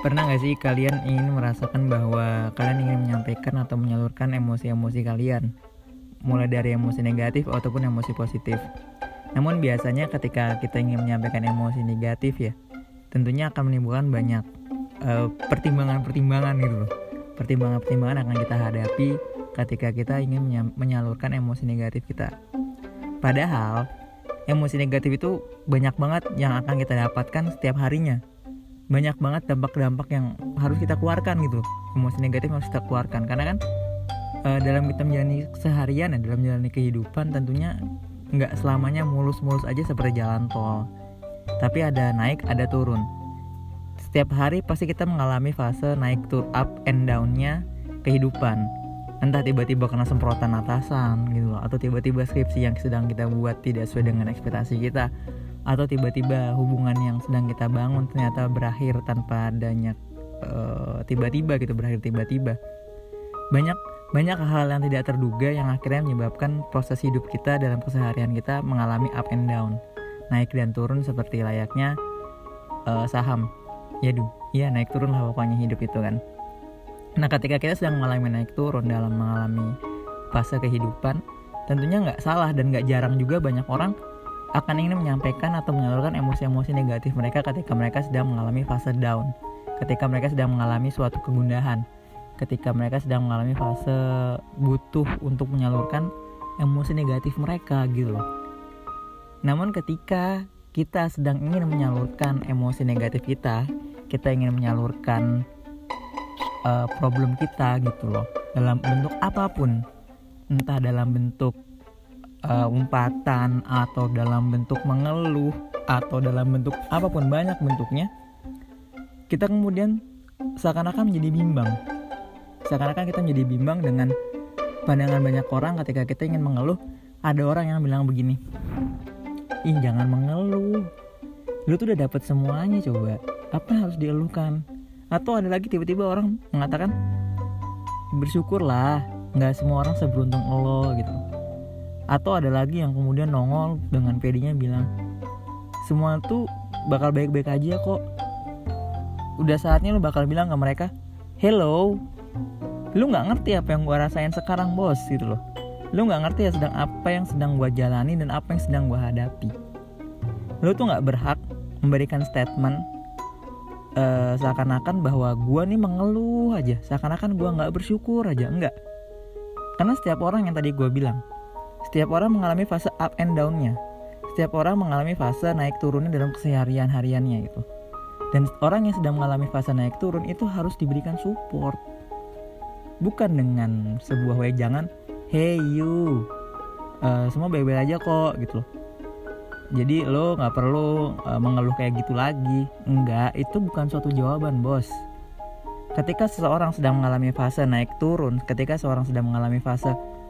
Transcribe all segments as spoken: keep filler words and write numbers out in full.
Pernah gak sih kalian ingin merasakan bahwa kalian ingin menyampaikan atau menyalurkan emosi-emosi kalian, mulai dari emosi negatif ataupun emosi positif. Namun biasanya ketika kita ingin menyampaikan emosi negatif ya, tentunya akan menimbulkan banyak uh, pertimbangan-pertimbangan gitu loh. Pertimbangan-pertimbangan akan kita hadapi ketika kita ingin menyalurkan emosi negatif kita. Padahal emosi negatif itu banyak banget yang akan kita dapatkan setiap harinya. Banyak banget dampak-dampak yang harus kita keluarkan gitu. Emosi negatif harus kita keluarkan karena kan uh, dalam kita menjalani seharian ya, dalam menjalani kehidupan tentunya nggak selamanya mulus-mulus aja seperti jalan tol. Tapi ada naik, ada turun. Setiap hari pasti kita mengalami fase naik tur up and down-nya kehidupan. Entah tiba-tiba kena semprotan atasan gitu loh, atau tiba-tiba skripsi yang sedang kita buat tidak sesuai dengan ekspektasi kita, atau tiba-tiba hubungan yang sedang kita bangun ternyata berakhir tanpa adanya uh, tiba-tiba gitu berakhir tiba-tiba. Banyak banyak hal yang tidak terduga yang akhirnya menyebabkan proses hidup kita dalam keseharian kita mengalami up and down, naik dan turun seperti layaknya uh, saham. Yaduh, iya naik turun lah pokoknya hidup itu kan. Nah, ketika kita sedang mengalami naik turun dalam mengalami fase kehidupan, tentunya nggak salah dan nggak jarang juga banyak orang akan ingin menyampaikan atau menyalurkan emosi-emosi negatif mereka ketika mereka sedang mengalami fase down, ketika mereka sedang mengalami suatu kegundahan, ketika mereka sedang mengalami fase butuh untuk menyalurkan emosi negatif mereka gitu loh. Namun ketika kita sedang ingin menyalurkan emosi negatif kita, kita ingin menyalurkan uh, problem kita gitu loh, dalam bentuk apapun, entah dalam bentuk Uh, umpatan atau dalam bentuk mengeluh atau dalam bentuk apapun, banyak bentuknya, kita kemudian seakan-akan menjadi bimbang seakan-akan kita menjadi bimbang dengan pandangan banyak orang. Ketika kita ingin mengeluh, ada orang yang bilang begini, ih jangan mengeluh, lu tuh udah dapet semuanya, coba apa yang harus dieluhkan. Atau ada lagi tiba-tiba orang mengatakan, bersyukurlah, gak semua orang seberuntung lo gitu. Atau ada lagi yang kemudian nongol dengan pedenya bilang, semua tuh bakal baik-baik aja kok. Udah saatnya lu bakal bilang ke mereka, hello, lu gak ngerti apa yang gue rasain sekarang bos gitu loh. Lu gak ngerti ya sedang apa yang sedang gue jalani dan apa yang sedang gue hadapi. Lu tuh gak berhak memberikan statement uh, seakan-akan bahwa gue nih mengeluh aja, seakan-akan gue gak bersyukur aja. Enggak. Karena setiap orang yang tadi gue bilang, setiap orang mengalami fase up and down-nya. Setiap orang mengalami fase naik turunnya dalam keseharian hariannya itu. Dan orang yang sedang mengalami fase naik turun itu harus diberikan support. Bukan dengan sebuah wejangan, hey you, uh, semua baik-baik aja kok gitu loh. Jadi lo gak perlu uh, mengeluh kayak gitu lagi. Enggak, itu bukan suatu jawaban bos. Ketika seseorang sedang mengalami fase naik turun, ketika seseorang sedang mengalami fase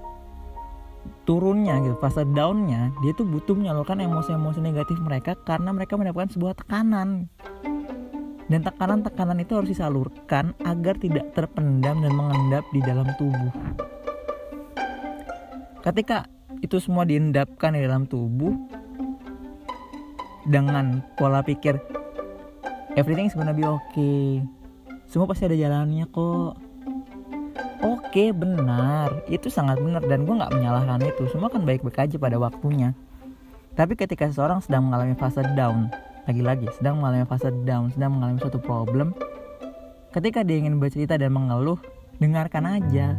turunnya gitu, fase downnya, dia tuh butuh menyalurkan emosi-emosi negatif mereka karena mereka mendapatkan sebuah tekanan. Dan tekanan-tekanan itu harus disalurkan agar tidak terpendam dan mengendap di dalam tubuh. Ketika itu semua diendapkan di dalam tubuh dengan pola pikir everything is gonna be okay, semua pasti ada jalannya kok. Oke, benar, itu sangat benar dan gue gak menyalahkan itu. Semua kan baik-baik aja pada waktunya. Tapi ketika seseorang sedang mengalami fase down, lagi-lagi sedang mengalami fase down, sedang mengalami suatu problem, ketika dia ingin bercerita dan mengeluh, dengarkan aja.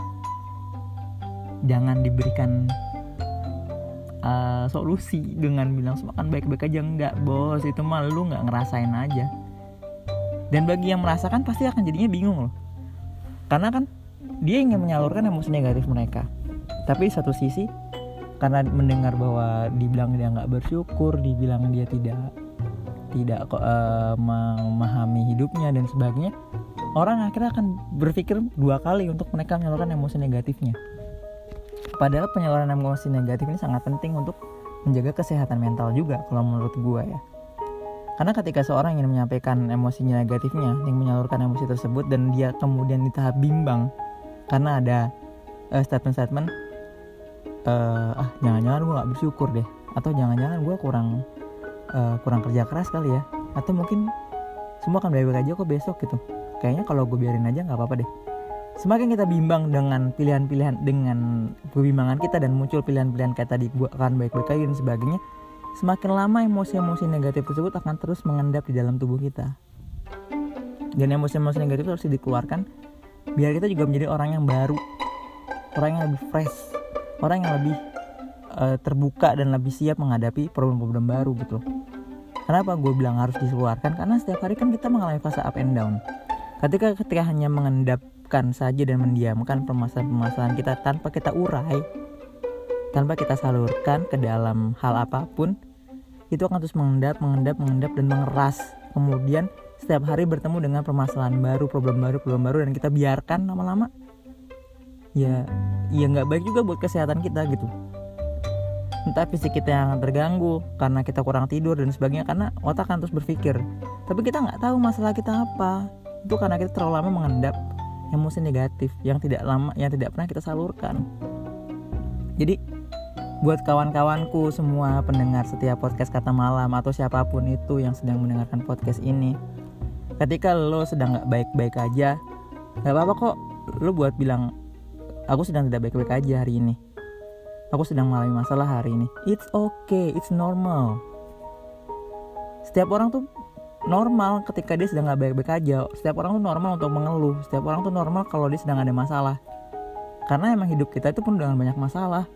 Jangan diberikan uh, solusi dengan bilang semua kan baik-baik aja. Enggak bos, itu mah lu gak ngerasain aja. Dan bagi yang merasakan pasti akan jadinya bingung loh. Karena kan dia ingin menyalurkan emosi negatif mereka, tapi satu sisi karena mendengar bahwa dibilang dia nggak bersyukur, dibilang dia tidak tidak uh, memahami hidupnya dan sebagainya, orang akhirnya akan berpikir dua kali untuk mereka menyalurkan emosi negatifnya. Padahal penyaluran emosi negatif ini sangat penting untuk menjaga kesehatan mental juga kalau menurut gue ya. Karena ketika seorang ingin menyampaikan emosinya negatifnya, ingin menyalurkan emosi tersebut, dan dia kemudian di tahap bimbang karena ada uh, statement-statement uh, ah jangan-jangan gue gak bersyukur deh, atau jangan-jangan gue kurang uh, kurang kerja keras kali ya, atau mungkin semua akan baik-baik aja kok besok gitu. Kayaknya kalau gue biarin aja nggak apa-apa deh. Semakin kita bimbang dengan pilihan-pilihan, dengan kebimbangan kita dan muncul pilihan-pilihan kayak tadi gue akan baik-baik aja dan sebagainya, semakin lama emosi-emosi negatif tersebut akan terus mengendap di dalam tubuh kita. Dan emosi-emosi negatif harus dikeluarkan biar kita juga menjadi orang yang baru, orang yang lebih fresh, orang yang lebih uh, terbuka dan lebih siap menghadapi problem-problem baru gitu. Kenapa gue bilang harus dikeluarkan? Karena setiap hari kan kita mengalami fase up and down. Ketika ketika hanya mengendapkan saja dan mendiamkan permasalahan-permasalahan kita tanpa kita urai, tanpa kita salurkan ke dalam hal apapun, itu akan terus mengendap, mengendap, mengendap dan mengeras. Kemudian setiap hari bertemu dengan permasalahan baru, problem baru, problem baru, dan kita biarkan lama-lama, ya, ya nggak baik juga buat kesehatan kita gitu. Entah fisik kita yang terganggu karena kita kurang tidur dan sebagainya, karena otak akan terus berpikir, tapi kita nggak tahu masalah kita apa. Itu karena kita terlalu lama mengendap emosi negatif yang tidak lama, yang tidak pernah kita salurkan. Jadi buat kawan-kawanku semua pendengar setiap podcast Kata Malam atau siapapun itu yang sedang mendengarkan podcast ini, ketika lo sedang nggak baik-baik aja, nggak apa-apa kok lo buat bilang aku sedang tidak baik-baik aja hari ini, aku sedang mengalami masalah hari ini. It's okay, it's normal. Setiap orang tuh normal ketika dia sedang gak baik-baik aja. Setiap orang tuh normal untuk mengeluh. Setiap orang tuh normal kalau dia sedang ada masalah. Karena emang hidup kita itu pun dengan banyak masalah.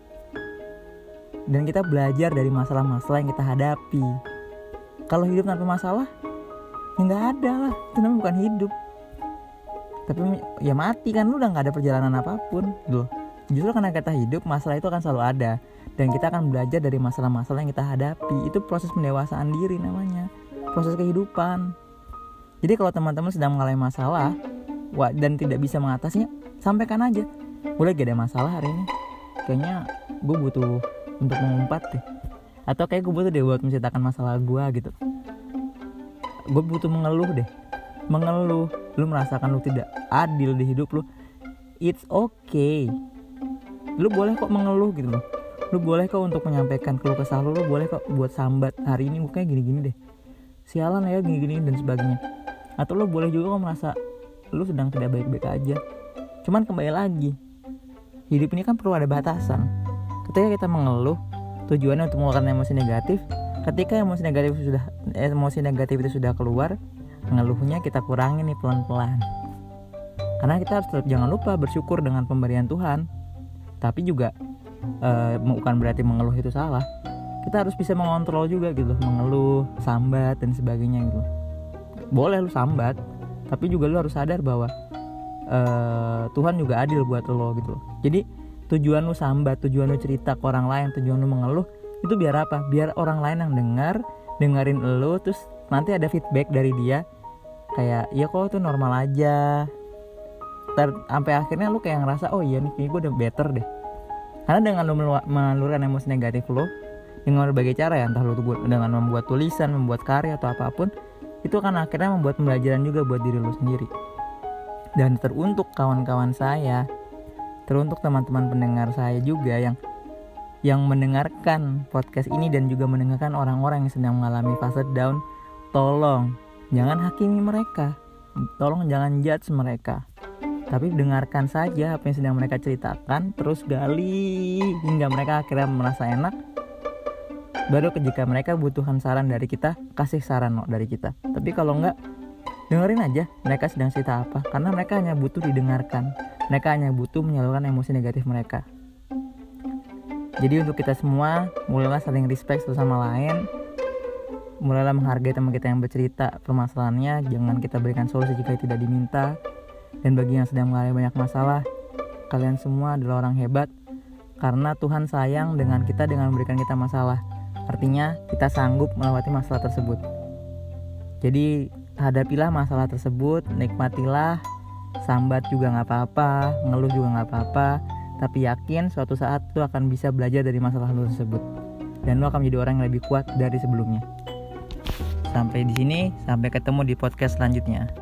Dan kita belajar dari masalah-masalah yang kita hadapi. Kalau hidup tanpa masalah, ya gak ada lah. Itu namanya bukan hidup. Tapi ya mati kan, lu udah gak ada perjalanan apapun loh. Justru karena kita hidup, masalah itu akan selalu ada. Dan kita akan belajar dari masalah-masalah yang kita hadapi. Itu proses pendewasaan diri namanya, proses kehidupan. Jadi kalau teman-teman sedang mengalami masalah dan tidak bisa mengatasinya, sampaikan aja, gue lagi ada masalah hari ini, kayaknya gue butuh untuk mengumpat deh, atau kayak gue butuh deh buat menceritakan masalah gue gitu. Gue butuh mengeluh deh. Mengeluh, lu merasakan lu tidak adil di hidup lu, it's okay. Lu boleh kok mengeluh gitu loh. Lu boleh kok untuk menyampaikan keluh kesah lu, lu boleh kok buat sambat, hari ini gue kayak gini-gini deh, sialan ya gini-gini dan sebagainya. Atau lu boleh juga kok merasa lu sedang tidak baik-baik aja. Cuman kembali lagi, hidup ini kan perlu ada batasan. Ketika kita mengeluh, tujuannya untuk mengeluarkan emosi negatif. Ketika emosi negatif sudah emosi negatif itu sudah keluar, ngeluhnya kita kurangi nih pelan-pelan. Karena kita harus tetap jangan lupa bersyukur dengan pemberian Tuhan. Tapi juga e, bukan berarti mengeluh itu salah. Kita harus bisa mengontrol juga gitu, mengeluh, sambat dan sebagainya gitu. Boleh lu sambat, tapi juga lu harus sadar bahwa e, Tuhan juga adil buat lo gitu. Jadi tujuan lu sambat, tujuan lu cerita ke orang lain, tujuan lu mengeluh, itu biar apa? Biar orang lain yang dengar, dengerin lu, terus nanti ada feedback dari dia kayak, ya kok itu normal aja. Ter- sampai akhirnya lu kayak ngerasa, oh iya nih, gue udah better deh. Karena dengan lu menelurkan emosi negatif lu dengan berbagai cara ya, entah lu tuh dengan membuat tulisan, membuat karya atau apapun, itu akan akhirnya membuat pembelajaran juga buat diri lu sendiri. Dan teruntuk kawan-kawan saya, teruntuk teman-teman pendengar saya juga yang yang mendengarkan podcast ini dan juga mendengarkan orang-orang yang sedang mengalami fase down, tolong jangan hakimi mereka, tolong jangan judge mereka. Tapi dengarkan saja apa yang sedang mereka ceritakan, terus gali hingga mereka akhirnya merasa enak. Baru jika mereka butuhkan saran dari kita, kasih saran no, dari kita. Tapi kalau enggak, dengerin aja mereka sedang cerita apa. Karena mereka hanya butuh didengarkan. Mereka hanya butuh menyalurkan emosi negatif mereka. Jadi untuk kita semua, mulailah saling respect satu sama lain. Mulailah menghargai teman kita yang bercerita permasalahannya. Jangan kita berikan solusi jika tidak diminta. Dan bagi yang sedang mengalami banyak masalah, kalian semua adalah orang hebat karena Tuhan sayang dengan kita dengan memberikan kita masalah. Artinya kita sanggup melewati masalah tersebut. Jadi hadapilah masalah tersebut, nikmatilah, sambat juga gak apa-apa, ngeluh juga gak apa-apa. Tapi yakin suatu saat lu akan bisa belajar dari masalah lu tersebut. Dan lu akan menjadi orang yang lebih kuat dari sebelumnya. Sampai di sini, sampai ketemu di podcast selanjutnya.